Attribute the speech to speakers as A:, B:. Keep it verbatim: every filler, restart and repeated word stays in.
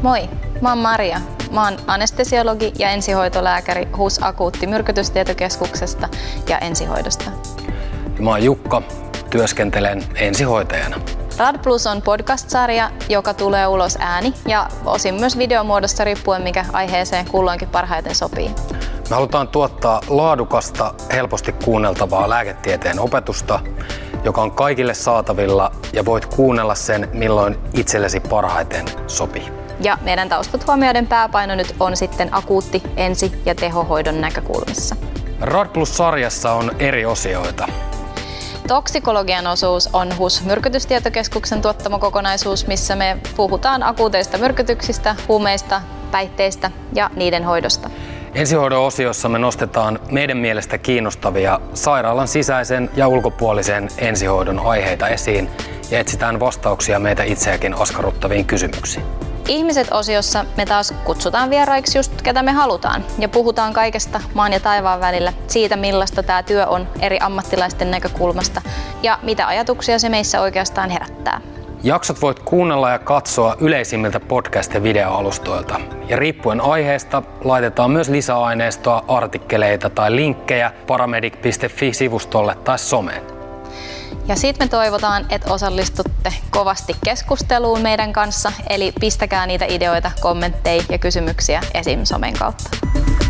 A: Moi, mä oon Maria. Mä oon anestesiologi ja ensihoitolääkäri H U S Akuutti myrkytystietokeskuksesta ja ensihoidosta.
B: Mä oon Jukka, työskentelen ensihoitajana.
A: Rad Plus on podcast-sarja, joka tulee ulos ääni- ja osin myös videomuodossa riippuen mikä aiheeseen kulloinkin parhaiten sopii.
B: Me halutaan tuottaa laadukasta, helposti kuunneltavaa lääketieteen opetusta, joka on kaikille saatavilla ja voit kuunnella sen milloin itsellesi parhaiten sopii.
A: Ja meidän taustat huomioiden pääpaino nyt on sitten akuutti, ensi- ja tehohoidon näkökulmissa.
B: Rad Plus-sarjassa on eri osioita.
A: Toksikologian osuus on H U S-myrkytystietokeskuksen tuottama kokonaisuus, missä me puhutaan akuuteista myrkytyksistä, huumeista, päihteistä ja niiden hoidosta.
B: Ensihoidon osiossa me nostetaan meidän mielestä kiinnostavia sairaalan sisäisen ja ulkopuolisen ensihoidon aiheita esiin ja etsitään vastauksia meitä itseäkin askarruttaviin kysymyksiin.
A: Ihmiset-osiossa me taas kutsutaan vieraiksi just ketä me halutaan ja puhutaan kaikesta maan ja taivaan välillä, siitä millaista tämä työ on eri ammattilaisten näkökulmasta ja mitä ajatuksia se meissä oikeastaan herättää.
B: Jaksot voit kuunnella ja katsoa yleisimmiltä podcast- ja videoalustoilta. Ja riippuen aiheesta laitetaan myös lisäaineistoa, artikkeleita tai linkkejä paramedic piste fi-sivustolle tai someen.
A: Ja sitten me toivotaan, että osallistutte kovasti keskusteluun meidän kanssa, eli pistäkää niitä ideoita, kommentteja ja kysymyksiä esim. Somen kautta.